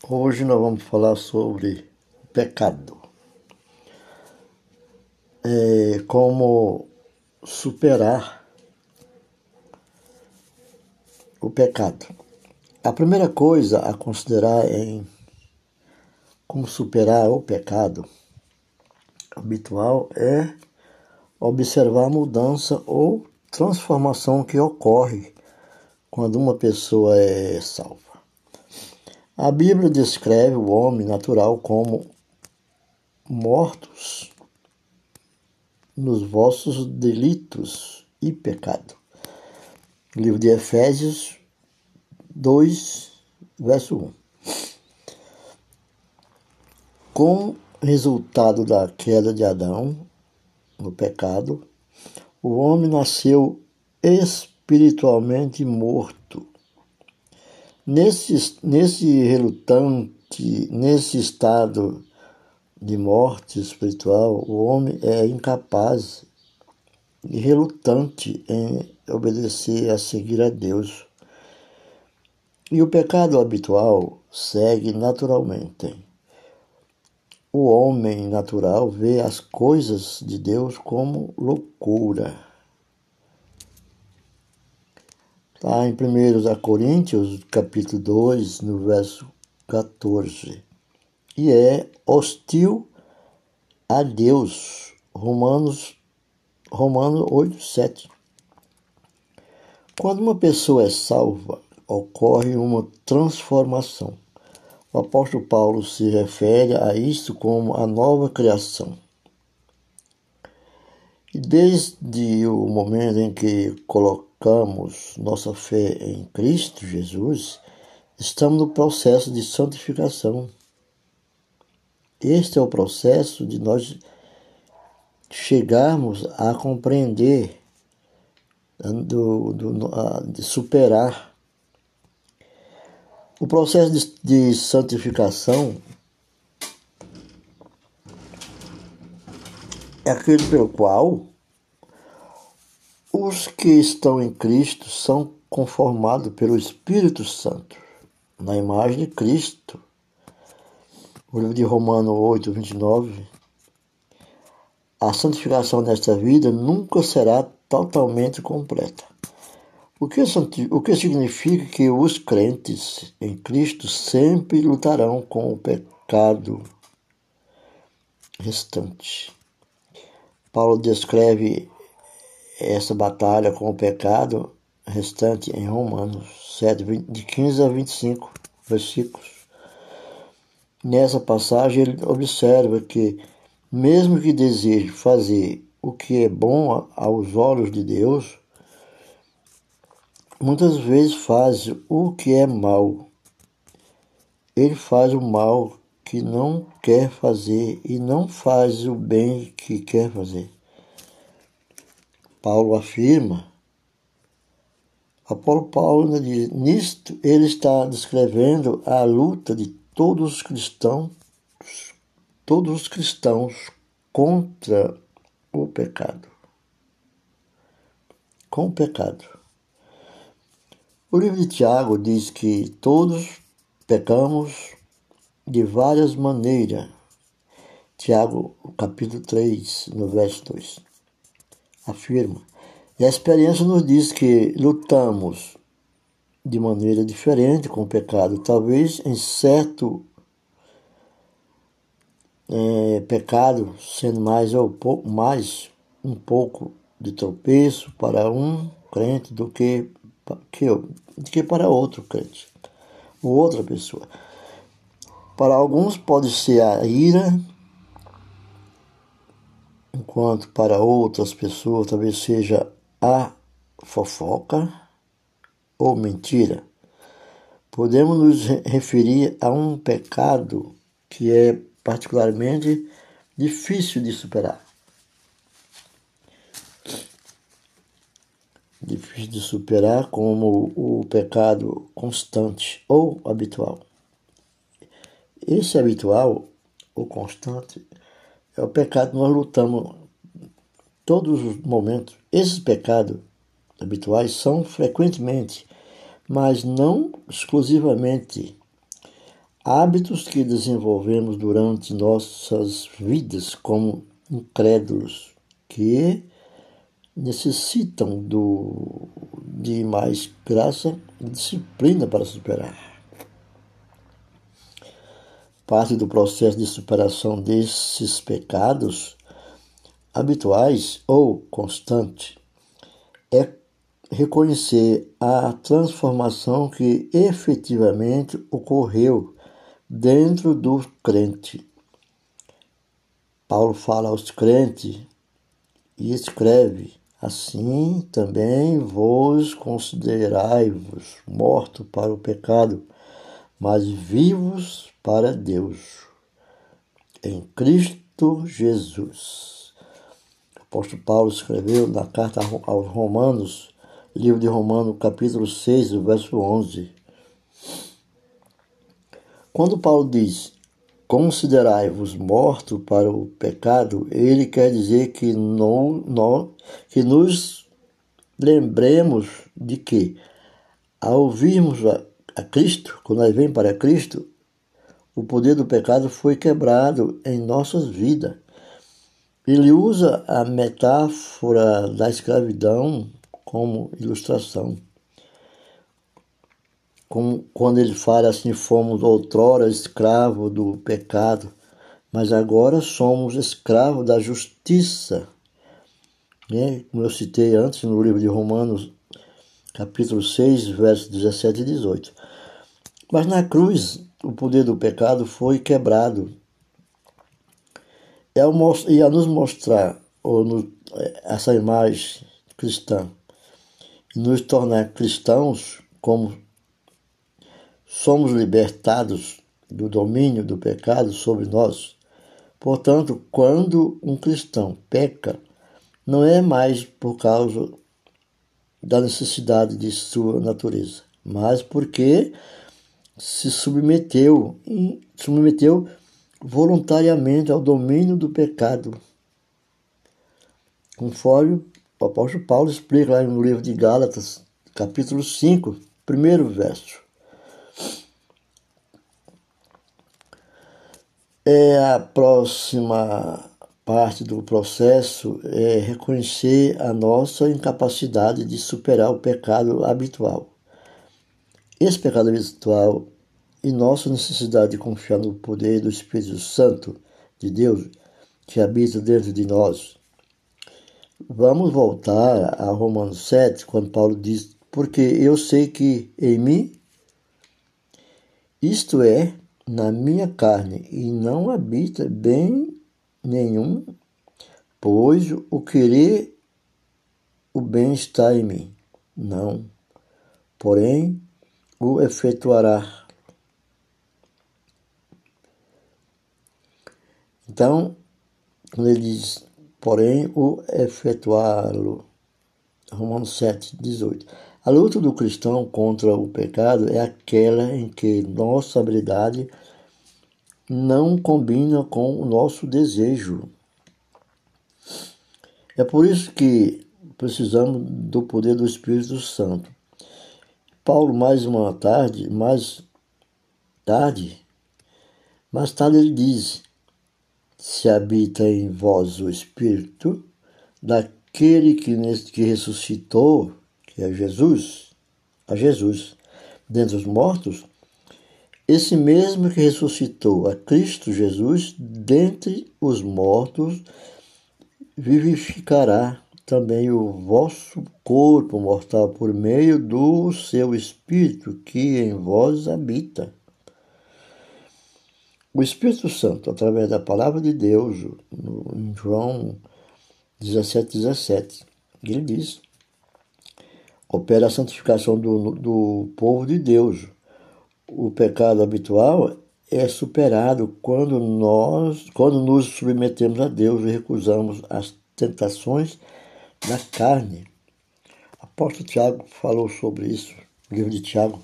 Hoje nós vamos falar sobre pecado, como superar o pecado. A primeira coisa a considerar em como superar o pecado habitual é observar a mudança ou transformação que ocorre quando uma pessoa é salva. A Bíblia descreve o homem natural como mortos nos vossos delitos e pecado. Livro de Efésios 2, verso 1. Com resultado da queda de Adão no pecado, o homem nasceu espiritualmente morto. Nesse estado de morte espiritual, o homem é incapaz e relutante em obedecer a seguir a Deus. E o pecado habitual segue naturalmente. O homem natural vê as coisas de Deus como loucura. Está em 1 Coríntios, capítulo 2, no verso 14. E é hostil a Deus. Romanos 8, 7. Quando uma pessoa é salva, ocorre uma transformação. O apóstolo Paulo se refere a isto como a nova criação. E desde o momento em que colocamos nossa fé em Cristo Jesus, estamos no processo de santificação. Este é o processo de nós chegarmos a compreender, de superar. O processo de santificação é aquele pelo qual os que estão em Cristo são conformados pelo Espírito Santo, na imagem de Cristo. O livro de Romanos 8, 29. A santificação nesta vida nunca será totalmente completa. O que significa que os crentes em Cristo sempre lutarão com o pecado restante. Paulo descreve essa batalha com o pecado restante em Romanos 7, de 15 a 25 versículos. Nessa passagem ele observa que, mesmo que deseje fazer o que é bom aos olhos de Deus, muitas vezes faz o que é mal. Ele faz o mal que não quer fazer e não faz o bem que quer fazer. Paulo diz, nisto ele está descrevendo a luta de todos os cristãos contra o pecado. Com o pecado. O livro de Tiago diz que todos pecamos de várias maneiras. Tiago, capítulo 3, no verso 2, afirma. E a experiência nos diz que lutamos de maneira diferente com o pecado. Talvez em certo pecado, sendo mais um pouco de tropeço para um crente do que para outro crente, ou outra pessoa. Para alguns pode ser a ira, enquanto para outras pessoas talvez seja a fofoca ou mentira. Podemos nos referir a um pecado que é particularmente difícil de superar. Difícil de superar como o pecado constante ou habitual. Esse habitual ou constante é o pecado que nós lutamos todos os momentos. Esses pecados habituais são frequentemente, mas não exclusivamente, hábitos que desenvolvemos durante nossas vidas como incrédulos, que necessitam de mais graça e disciplina para superar. Parte do processo de superação desses pecados habituais ou constante é reconhecer a transformação que efetivamente ocorreu dentro do crente. Paulo fala aos crentes e escreve: assim também vos considerai-vos mortos para o pecado, mas vivos para Deus, em Cristo Jesus. O apóstolo Paulo escreveu na carta aos Romanos, livro de Romanos, capítulo 6, verso 11. Quando Paulo diz: considerai-vos mortos para o pecado, ele quer dizer que nos lembremos de que, ao ouvirmos a Cristo, quando nós vemos para Cristo, o poder do pecado foi quebrado em nossas vidas. Ele usa a metáfora da escravidão como ilustração. Quando ele fala assim: fomos outrora escravos do pecado, mas agora somos escravos da justiça. Como eu citei antes no livro de Romanos, capítulo 6, versos 17 e 18. Mas na cruz, o poder do pecado foi quebrado. E a nos mostrar essa imagem cristã e nos tornar cristãos, como somos libertados do domínio do pecado sobre nós. Portanto, quando um cristão peca, não é mais por causa da necessidade de sua natureza, mas porque se submeteu voluntariamente ao domínio do pecado, conforme o apóstolo Paulo explica lá no livro de Gálatas, capítulo 5, primeiro verso. A próxima parte do processo é reconhecer a nossa incapacidade de superar o pecado habitual. Esse pecado habitual e nossa necessidade de confiar no poder do Espírito Santo de Deus que habita dentro de nós. Vamos voltar a Romanos 7, quando Paulo diz: porque eu sei que em mim, isto é, na minha carne, e não habita bem nenhum, pois o querer o bem está em mim. Não, porém, o efetuará. Então, quando ele diz, porém, o efetuá-lo, Romanos 7, 18. A luta do cristão contra o pecado é aquela em que nossa habilidade não combina com o nosso desejo. É por isso que precisamos do poder do Espírito Santo. Paulo, mais tarde ele diz: se habita em vós o Espírito daquele que ressuscitou, que é Jesus, dentre os mortos, esse mesmo que ressuscitou a Cristo Jesus dentre os mortos, vivificará também o vosso corpo mortal por meio do seu Espírito que em vós habita. O Espírito Santo, através da palavra de Deus, em João 17, ele diz: opera a santificação do povo de Deus. O pecado habitual é superado quando nos submetemos a Deus e recusamos as tentações da carne. O apóstolo Tiago falou sobre isso no livro de Tiago.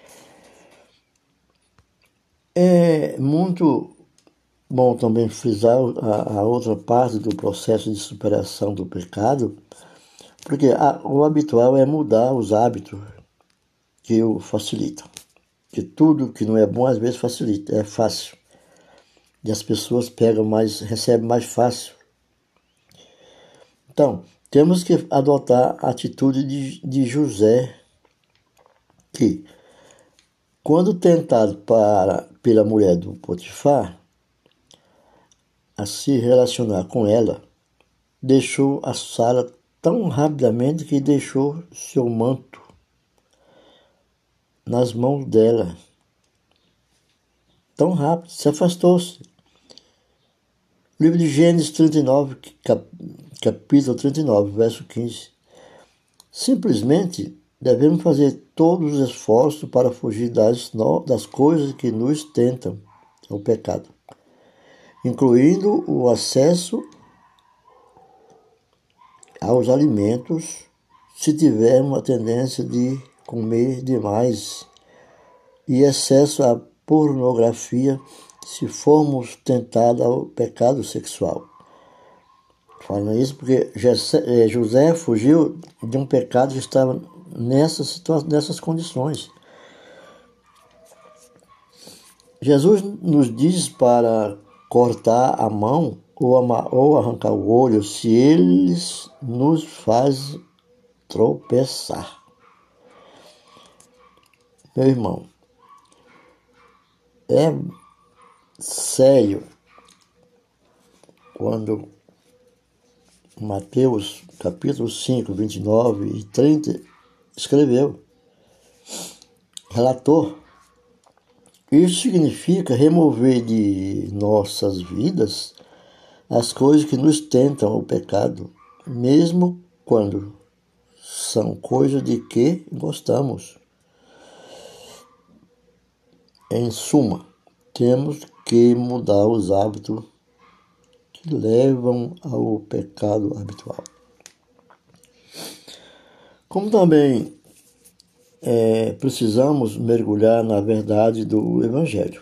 É muito bom também frisar a outra parte do processo de superação do pecado, porque o habitual é mudar os hábitos que o facilitam. que tudo que não é bom às vezes facilita, é fácil. E as pessoas recebem mais fácil. Então, temos que adotar a atitude de José, que, quando tentado pela mulher do Potifar a se relacionar com ela, deixou a sala tão rapidamente que deixou seu manto nas mãos dela. Tão rápido, se afastou-se. Livro de Gênesis 39, capítulo 39, verso 15. Simplesmente devemos fazer todos os esforços para fugir das coisas que nos tentam ao pecado, incluindo o acesso aos alimentos, se tivermos a tendência de comer demais, e excesso à pornografia, se formos tentados ao pecado sexual. Falando isso porque José fugiu de um pecado que estava nessas condições. Jesus nos diz para cortar a mão ou arrancar o olho se eles nos faz tropeçar. Meu irmão, é sério quando Mateus, capítulo 5, 29 e 30, relatou. Isso significa remover de nossas vidas as coisas que nos tentam ao pecado, mesmo quando são coisas de que gostamos. Em suma, temos que mudar os hábitos que levam ao pecado habitual. Como também precisamos mergulhar na verdade do Evangelho.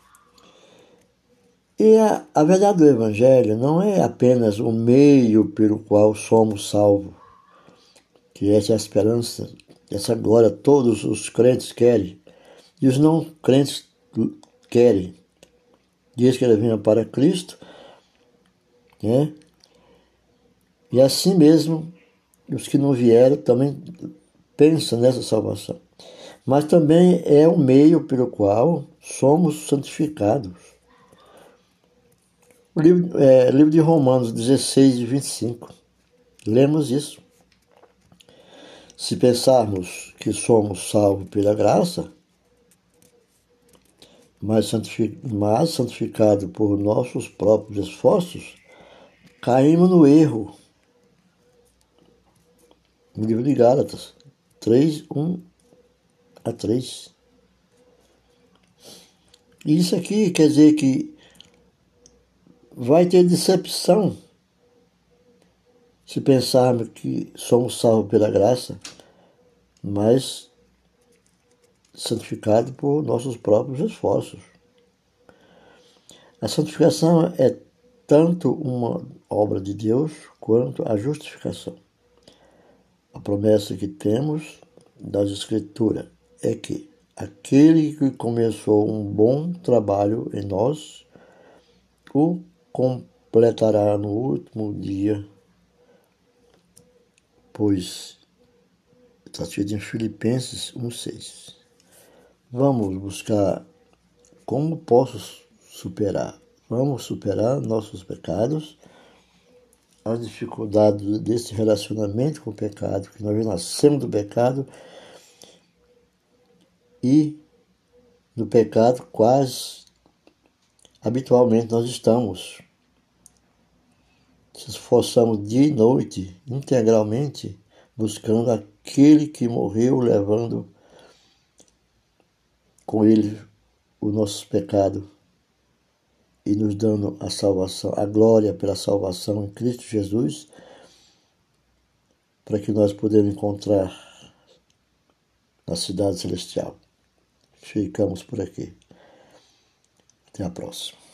E a verdade do Evangelho não é apenas o meio pelo qual somos salvos, que essa é a esperança, essa glória todos os crentes querem, e os não crentes querem. Diz que ele vinha para Cristo, né? E assim mesmo, os que não vieram também pensam nessa salvação. Mas também é o meio pelo qual somos santificados. O livro de Romanos 16, 25. Lemos isso. Se pensarmos que somos salvos pela graça, mas santificados por nossos próprios esforços, caímos no erro. No livro de Gálatas 3, 1 a 3. Isso aqui quer dizer que vai ter decepção se pensarmos que somos salvos pela graça, mas santificados por nossos próprios esforços. A santificação é tanto uma obra de Deus quanto a justificação. A promessa que temos das Escrituras é que aquele que começou um bom trabalho em nós o completará no último dia, pois está escrito em Filipenses 1,6. Vamos buscar como posso superar. Vamos superar nossos pecados, as dificuldades desse relacionamento com o pecado, que nós nascemos do pecado e no pecado quase habitualmente nós estamos. Se esforçamos dia e noite, integralmente, buscando aquele que morreu, levando com ele os nossos pecados e nos dando a salvação, a glória pela salvação em Cristo Jesus, para que nós podemos encontrar na cidade celestial. Ficamos por aqui. Até a próxima.